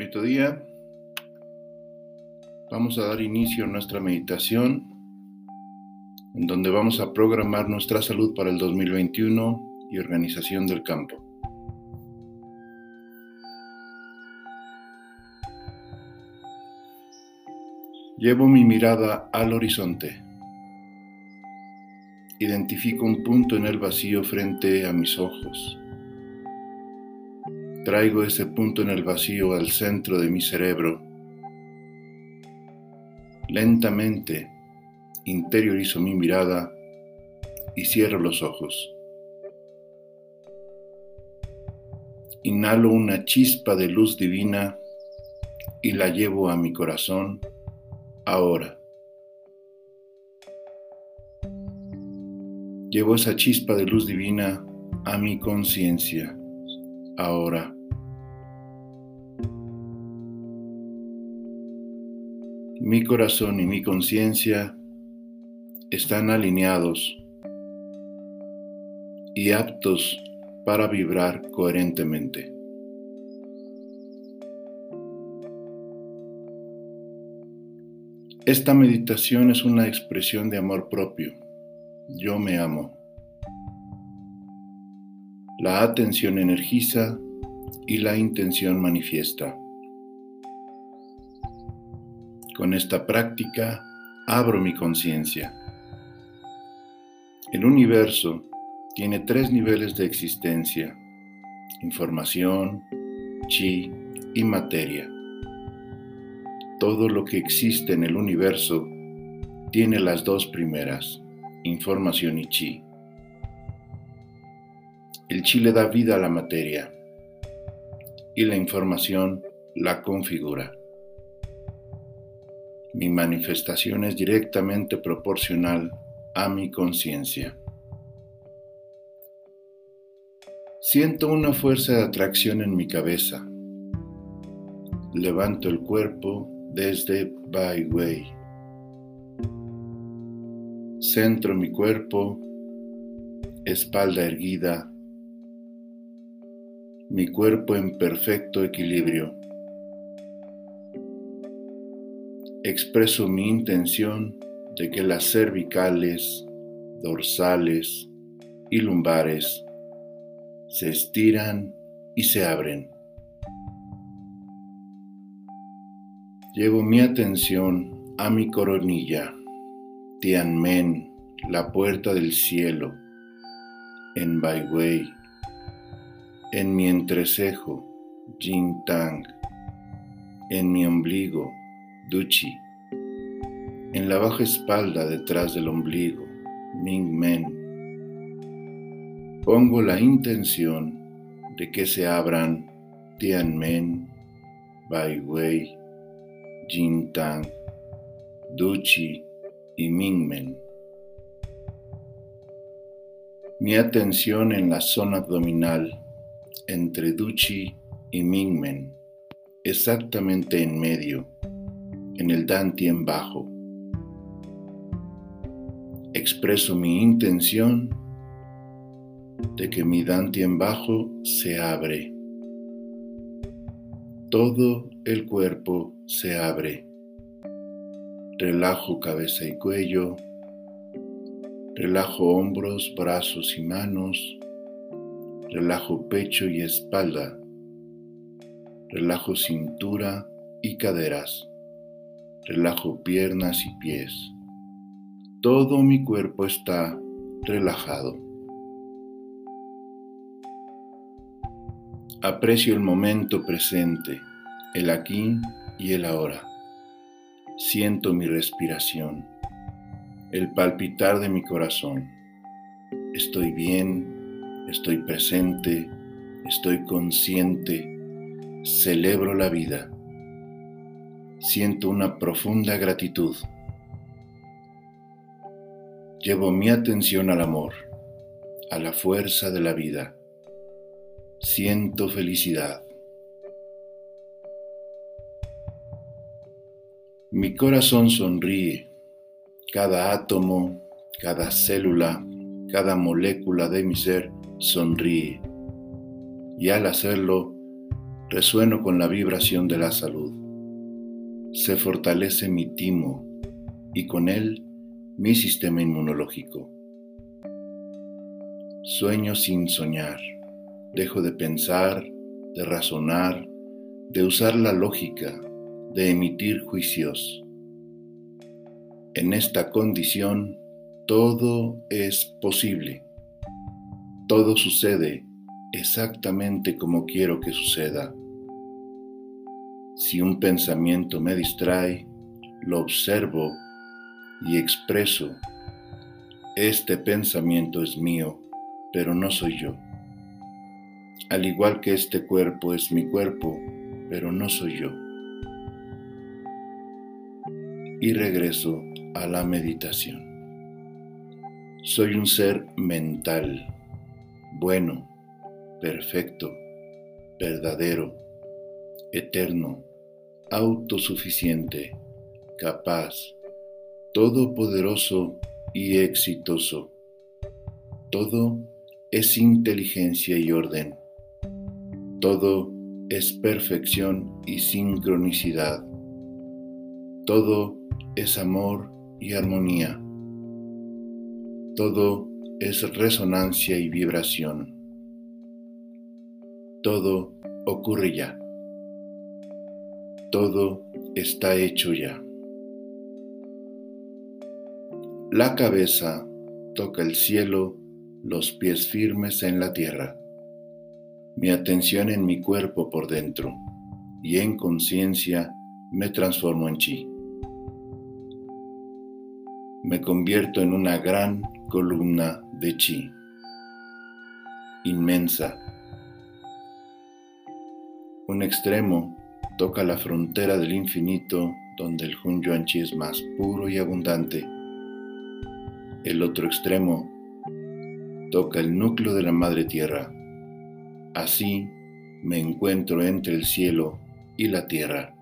Bonito día. Vamos a dar inicio a nuestra meditación, en donde vamos a programar nuestra salud para el 2021 y organización del campo. Llevo mi mirada al horizonte. Identifico un punto en el vacío frente a mis ojos. Traigo ese punto en el vacío al centro de mi cerebro. Lentamente interiorizo mi mirada y cierro los ojos. Inhalo una chispa de luz divina y la llevo a mi corazón ahora. Llevo esa chispa de luz divina a mi conciencia ahora. Mi corazón y mi conciencia están alineados y aptos para vibrar coherentemente. Esta meditación es una expresión de amor propio. Yo me amo. La atención energiza y la intención manifiesta. Con esta práctica, abro mi conciencia. El universo tiene 3 niveles de existencia: información, chi y materia. Todo lo que existe en el universo tiene las 2 primeras, información y chi. El chi le da vida a la materia y la información la configura. Mi manifestación es directamente proporcional a mi conciencia. Siento una fuerza de atracción en mi cabeza. Levanto el cuerpo desde Bai Wei. Centro mi cuerpo, espalda erguida, mi cuerpo en perfecto equilibrio. Expreso mi intención de que las cervicales, dorsales y lumbares se estiran y se abren. Llevo mi atención a mi coronilla, Tianmen, la puerta del cielo, en Bai Wei, en mi entrecejo, Jin Tang, en mi ombligo, Duchi, en la baja espalda detrás del ombligo, Ming Men. Pongo la intención de que se abran Tianmen, Bai Wei, Jin Tang, Duchi y Ming Men. Mi atención en la zona abdominal entre Duchi y Ming Men, exactamente en medio, en el Dantien bajo. Expreso mi intención de que mi Dantien bajo se abre. Todo el cuerpo se abre. Relajo cabeza y cuello. Relajo hombros, brazos y manos. Relajo pecho y espalda. Relajo cintura y caderas. Relajo piernas y pies. Todo mi cuerpo está relajado. Aprecio el momento presente, el aquí y el ahora. Siento mi respiración, el palpitar de mi corazón. Estoy bien, estoy presente, estoy consciente, celebro la vida. Siento una profunda gratitud. Llevo mi atención al amor, a la fuerza de la vida. Siento felicidad. Mi corazón sonríe. Cada átomo, cada célula, cada molécula de mi ser sonríe. Y al hacerlo, Resueno con la vibración de la salud. Se fortalece mi timo y con él mi sistema inmunológico. Sueño sin soñar. Dejo de pensar, de razonar, de usar la lógica, de emitir juicios. En esta condición, todo es posible. Todo sucede exactamente como quiero que suceda. Si un pensamiento me distrae, lo observo y expreso. Este pensamiento es mío, pero no soy yo. Al igual que este cuerpo es mi cuerpo, pero no soy yo. Y regreso a la meditación. Soy un ser mental, bueno, perfecto, verdadero, eterno, autosuficiente, capaz, todopoderoso y exitoso. Todo es inteligencia y orden. Todo es perfección y sincronicidad. Todo es amor y armonía. Todo es resonancia y vibración. Todo ocurre ya. Todo está hecho ya. La cabeza toca el cielo, los pies firmes en la tierra. Mi atención en mi cuerpo por dentro y en conciencia me transformo en chi. Me convierto en una gran columna de chi, inmensa. Un extremo toca la frontera del infinito donde el Hun Yuan Chi es más puro y abundante. El otro extremo toca el núcleo de la Madre Tierra. Así me encuentro entre el cielo y la tierra.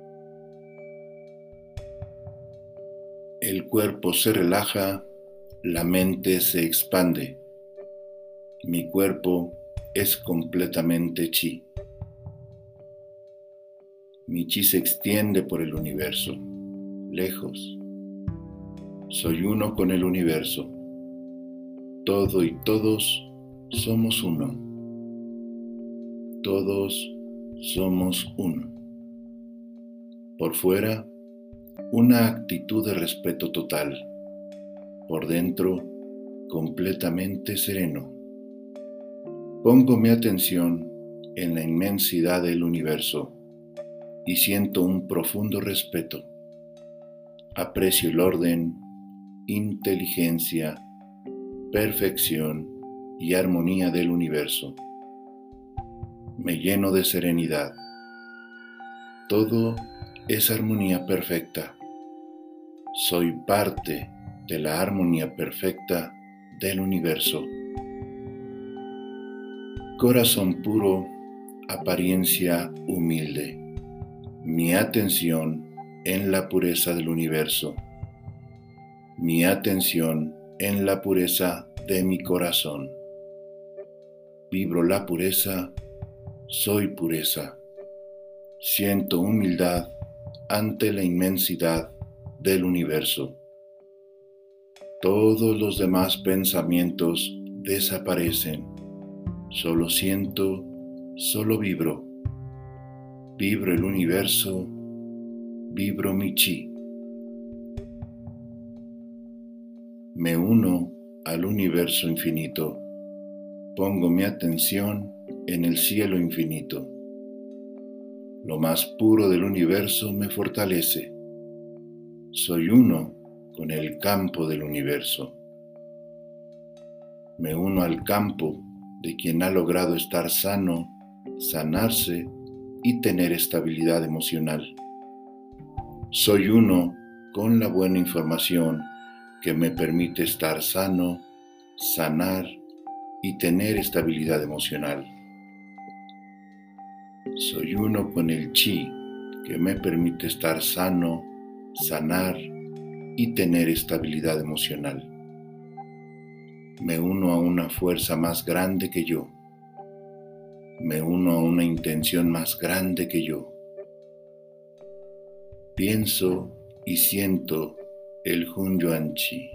El cuerpo se relaja, la mente se expande. Mi cuerpo es completamente chi. Mi chi se extiende por el universo, lejos. Soy uno con el universo. Todo y todos somos uno. Todos somos uno. Por fuera, una actitud de respeto total. Por dentro, completamente sereno. Pongo mi atención en la inmensidad del universo y siento un profundo respeto. Aprecio el orden, inteligencia, perfección y armonía del universo. Me lleno de serenidad. Todo es armonía perfecta. Soy parte de la armonía perfecta del universo. Corazón puro, apariencia humilde. Mi atención en la pureza del universo. Mi atención en la pureza de mi corazón. Vibro la pureza, soy pureza. Siento humildad ante la inmensidad del universo. Todos los demás pensamientos desaparecen. Solo siento, solo vibro. Vibro el universo, vibro mi chi. Me uno al universo infinito. Pongo mi atención en el cielo infinito. Lo más puro del universo me fortalece. Soy uno con el campo del universo. Me uno al campo de quien ha logrado estar sano, sanarse y tener estabilidad emocional. Soy uno con la buena información que me permite estar sano, sanar y tener estabilidad emocional. Soy uno con el chi que me permite estar sano, sanar y tener estabilidad emocional. Me uno a una fuerza más grande que yo. Me uno a una intención más grande que yo. Pienso y siento el Hun Yuan Chi.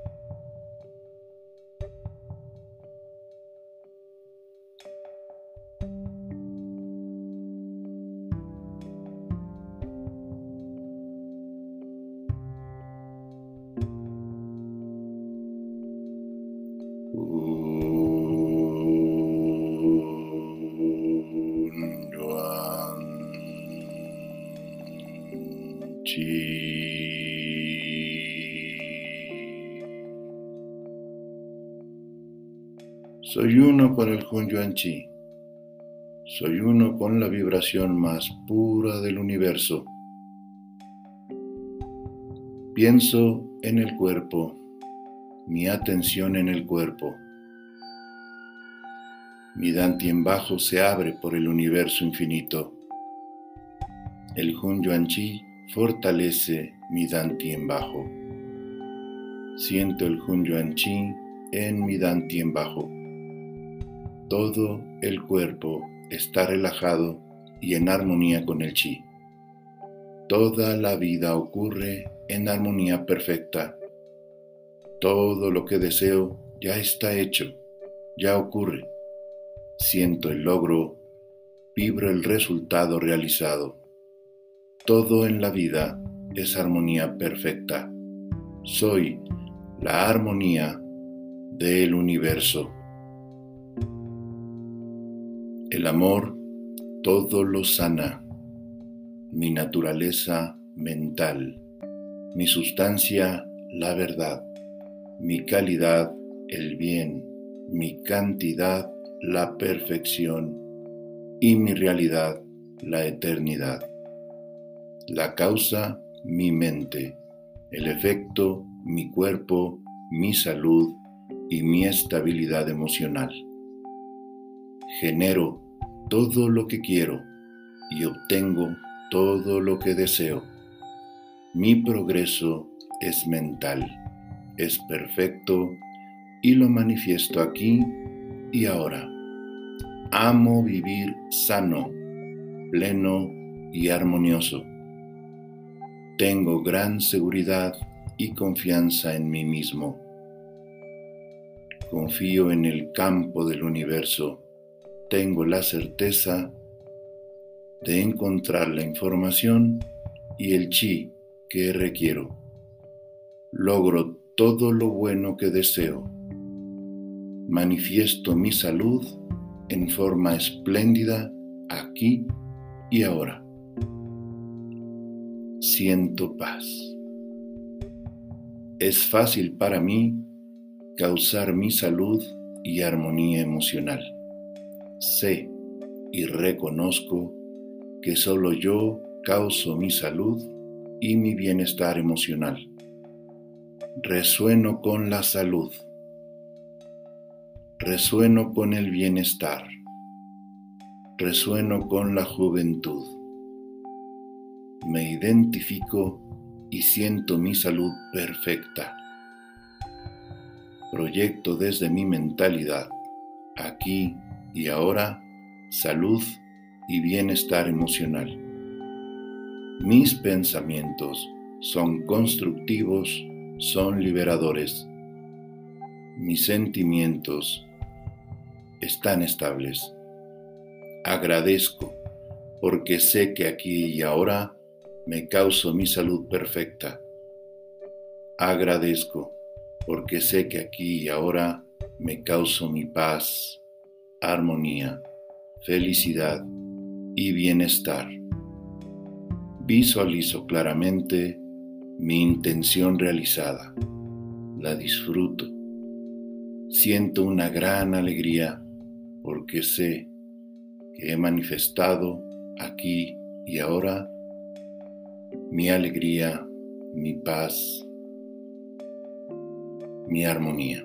Hun Yuan Chi. Soy uno con el Hun Yuan Chi. Soy uno con la vibración más pura del universo. Pienso en el cuerpo, mi atención en el cuerpo. Mi Dantien bajo se abre por el universo infinito. El Hun Yuan Chi fortalece mi Dantien bajo. Siento el Hun Yuan Chi en mi Dantien bajo. Todo el cuerpo está relajado y en armonía con el Chi. Toda la vida ocurre en armonía perfecta. Todo lo que deseo ya está hecho, ya ocurre. Siento el logro, vibro el resultado realizado. Todo en la vida es armonía perfecta. Soy la armonía del universo. El amor todo lo sana. Mi naturaleza mental, mi sustancia la verdad, mi calidad el bien, mi cantidad la perfección y mi realidad la eternidad. La causa mi mente, el efecto mi cuerpo, mi salud y mi estabilidad emocional. Genero todo lo que quiero y obtengo todo lo que deseo. Mi progreso es mental, es perfecto y lo manifiesto aquí y ahora. Amo vivir sano, pleno y armonioso. Tengo gran seguridad y confianza en mí mismo. Confío en el campo del universo. Tengo la certeza de encontrar la información y el chi que requiero. Logro todo lo bueno que deseo. Manifiesto mi salud en forma espléndida aquí y ahora. Siento paz. Es fácil para mí causar mi salud y armonía emocional. Sé y reconozco que solo yo causo mi salud y mi bienestar emocional. Resueno con la salud. Resueno con el bienestar. Resueno con la juventud. Me identifico y siento mi salud perfecta. Proyecto desde mi mentalidad, aquí y ahora, salud y bienestar emocional. Mis pensamientos son constructivos, son liberadores. Mis sentimientos están estables. Agradezco porque sé que aquí y ahora me causo mi salud perfecta. Agradezco porque sé que aquí y ahora me causo mi paz, armonía, felicidad y bienestar. Visualizo claramente mi intención realizada. La disfruto. Siento una gran alegría porque sé que he manifestado aquí y ahora mi alegría, mi paz, mi armonía.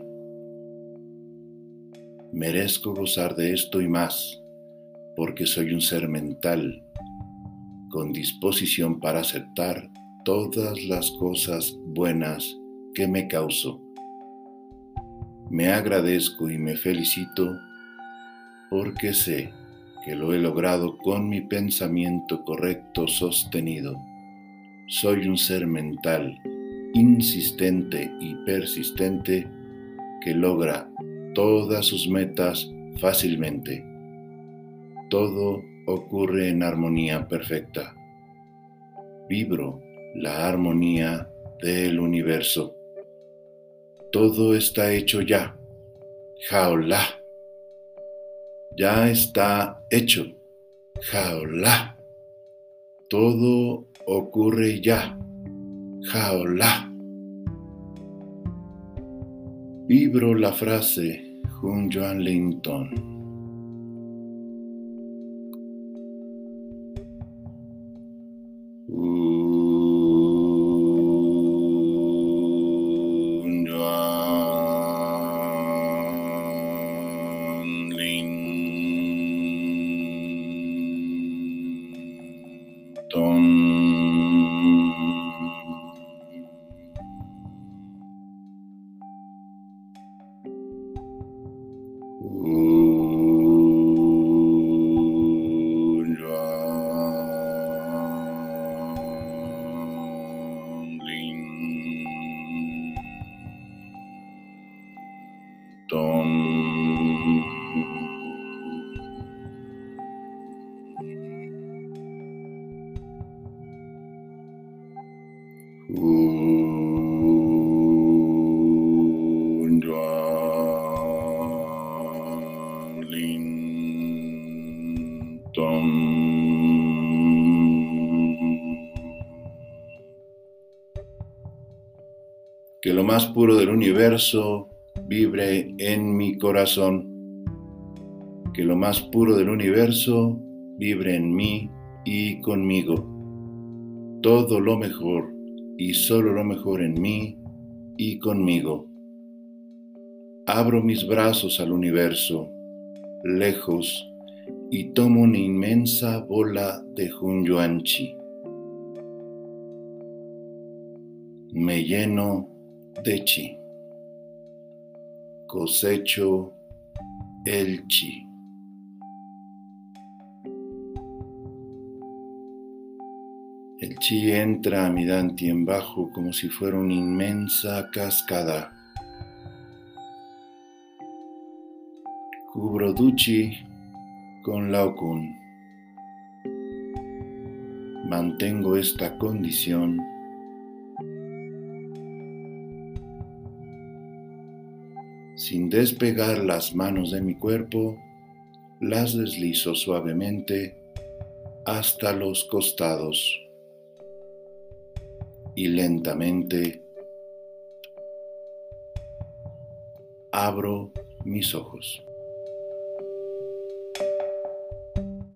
Merezco gozar de esto y más, porque soy un ser mental, con disposición para aceptar todas las cosas buenas que me causo. Me agradezco y me felicito porque sé que lo he logrado con mi pensamiento correcto sostenido. Soy un ser mental, insistente y persistente, que logra todas sus metas fácilmente. Todo ocurre en armonía perfecta. Vibro la armonía del universo. Todo está hecho ya. Jaolá. Ya está hecho. Jaolá. Todo ocurre ya. Jaolá. Vibro la frase Hun Yuan Linton. Que lo más puro del universo vibre en mi corazón. Que lo más puro del universo vibre en mí y conmigo. Todo lo mejor y solo lo mejor en mí y conmigo. Abro mis brazos al universo, lejos, y tomo una inmensa bola de Hun Yuan Chi. Me lleno de chi. Cosecho el chi. El chi entra a mi dantien bajo como si fuera una inmensa cascada. Cubro Duchi con Laokun. Mantengo esta condición sin despegar las manos de mi cuerpo. Las deslizo suavemente hasta los costados y lentamente abro mis ojos.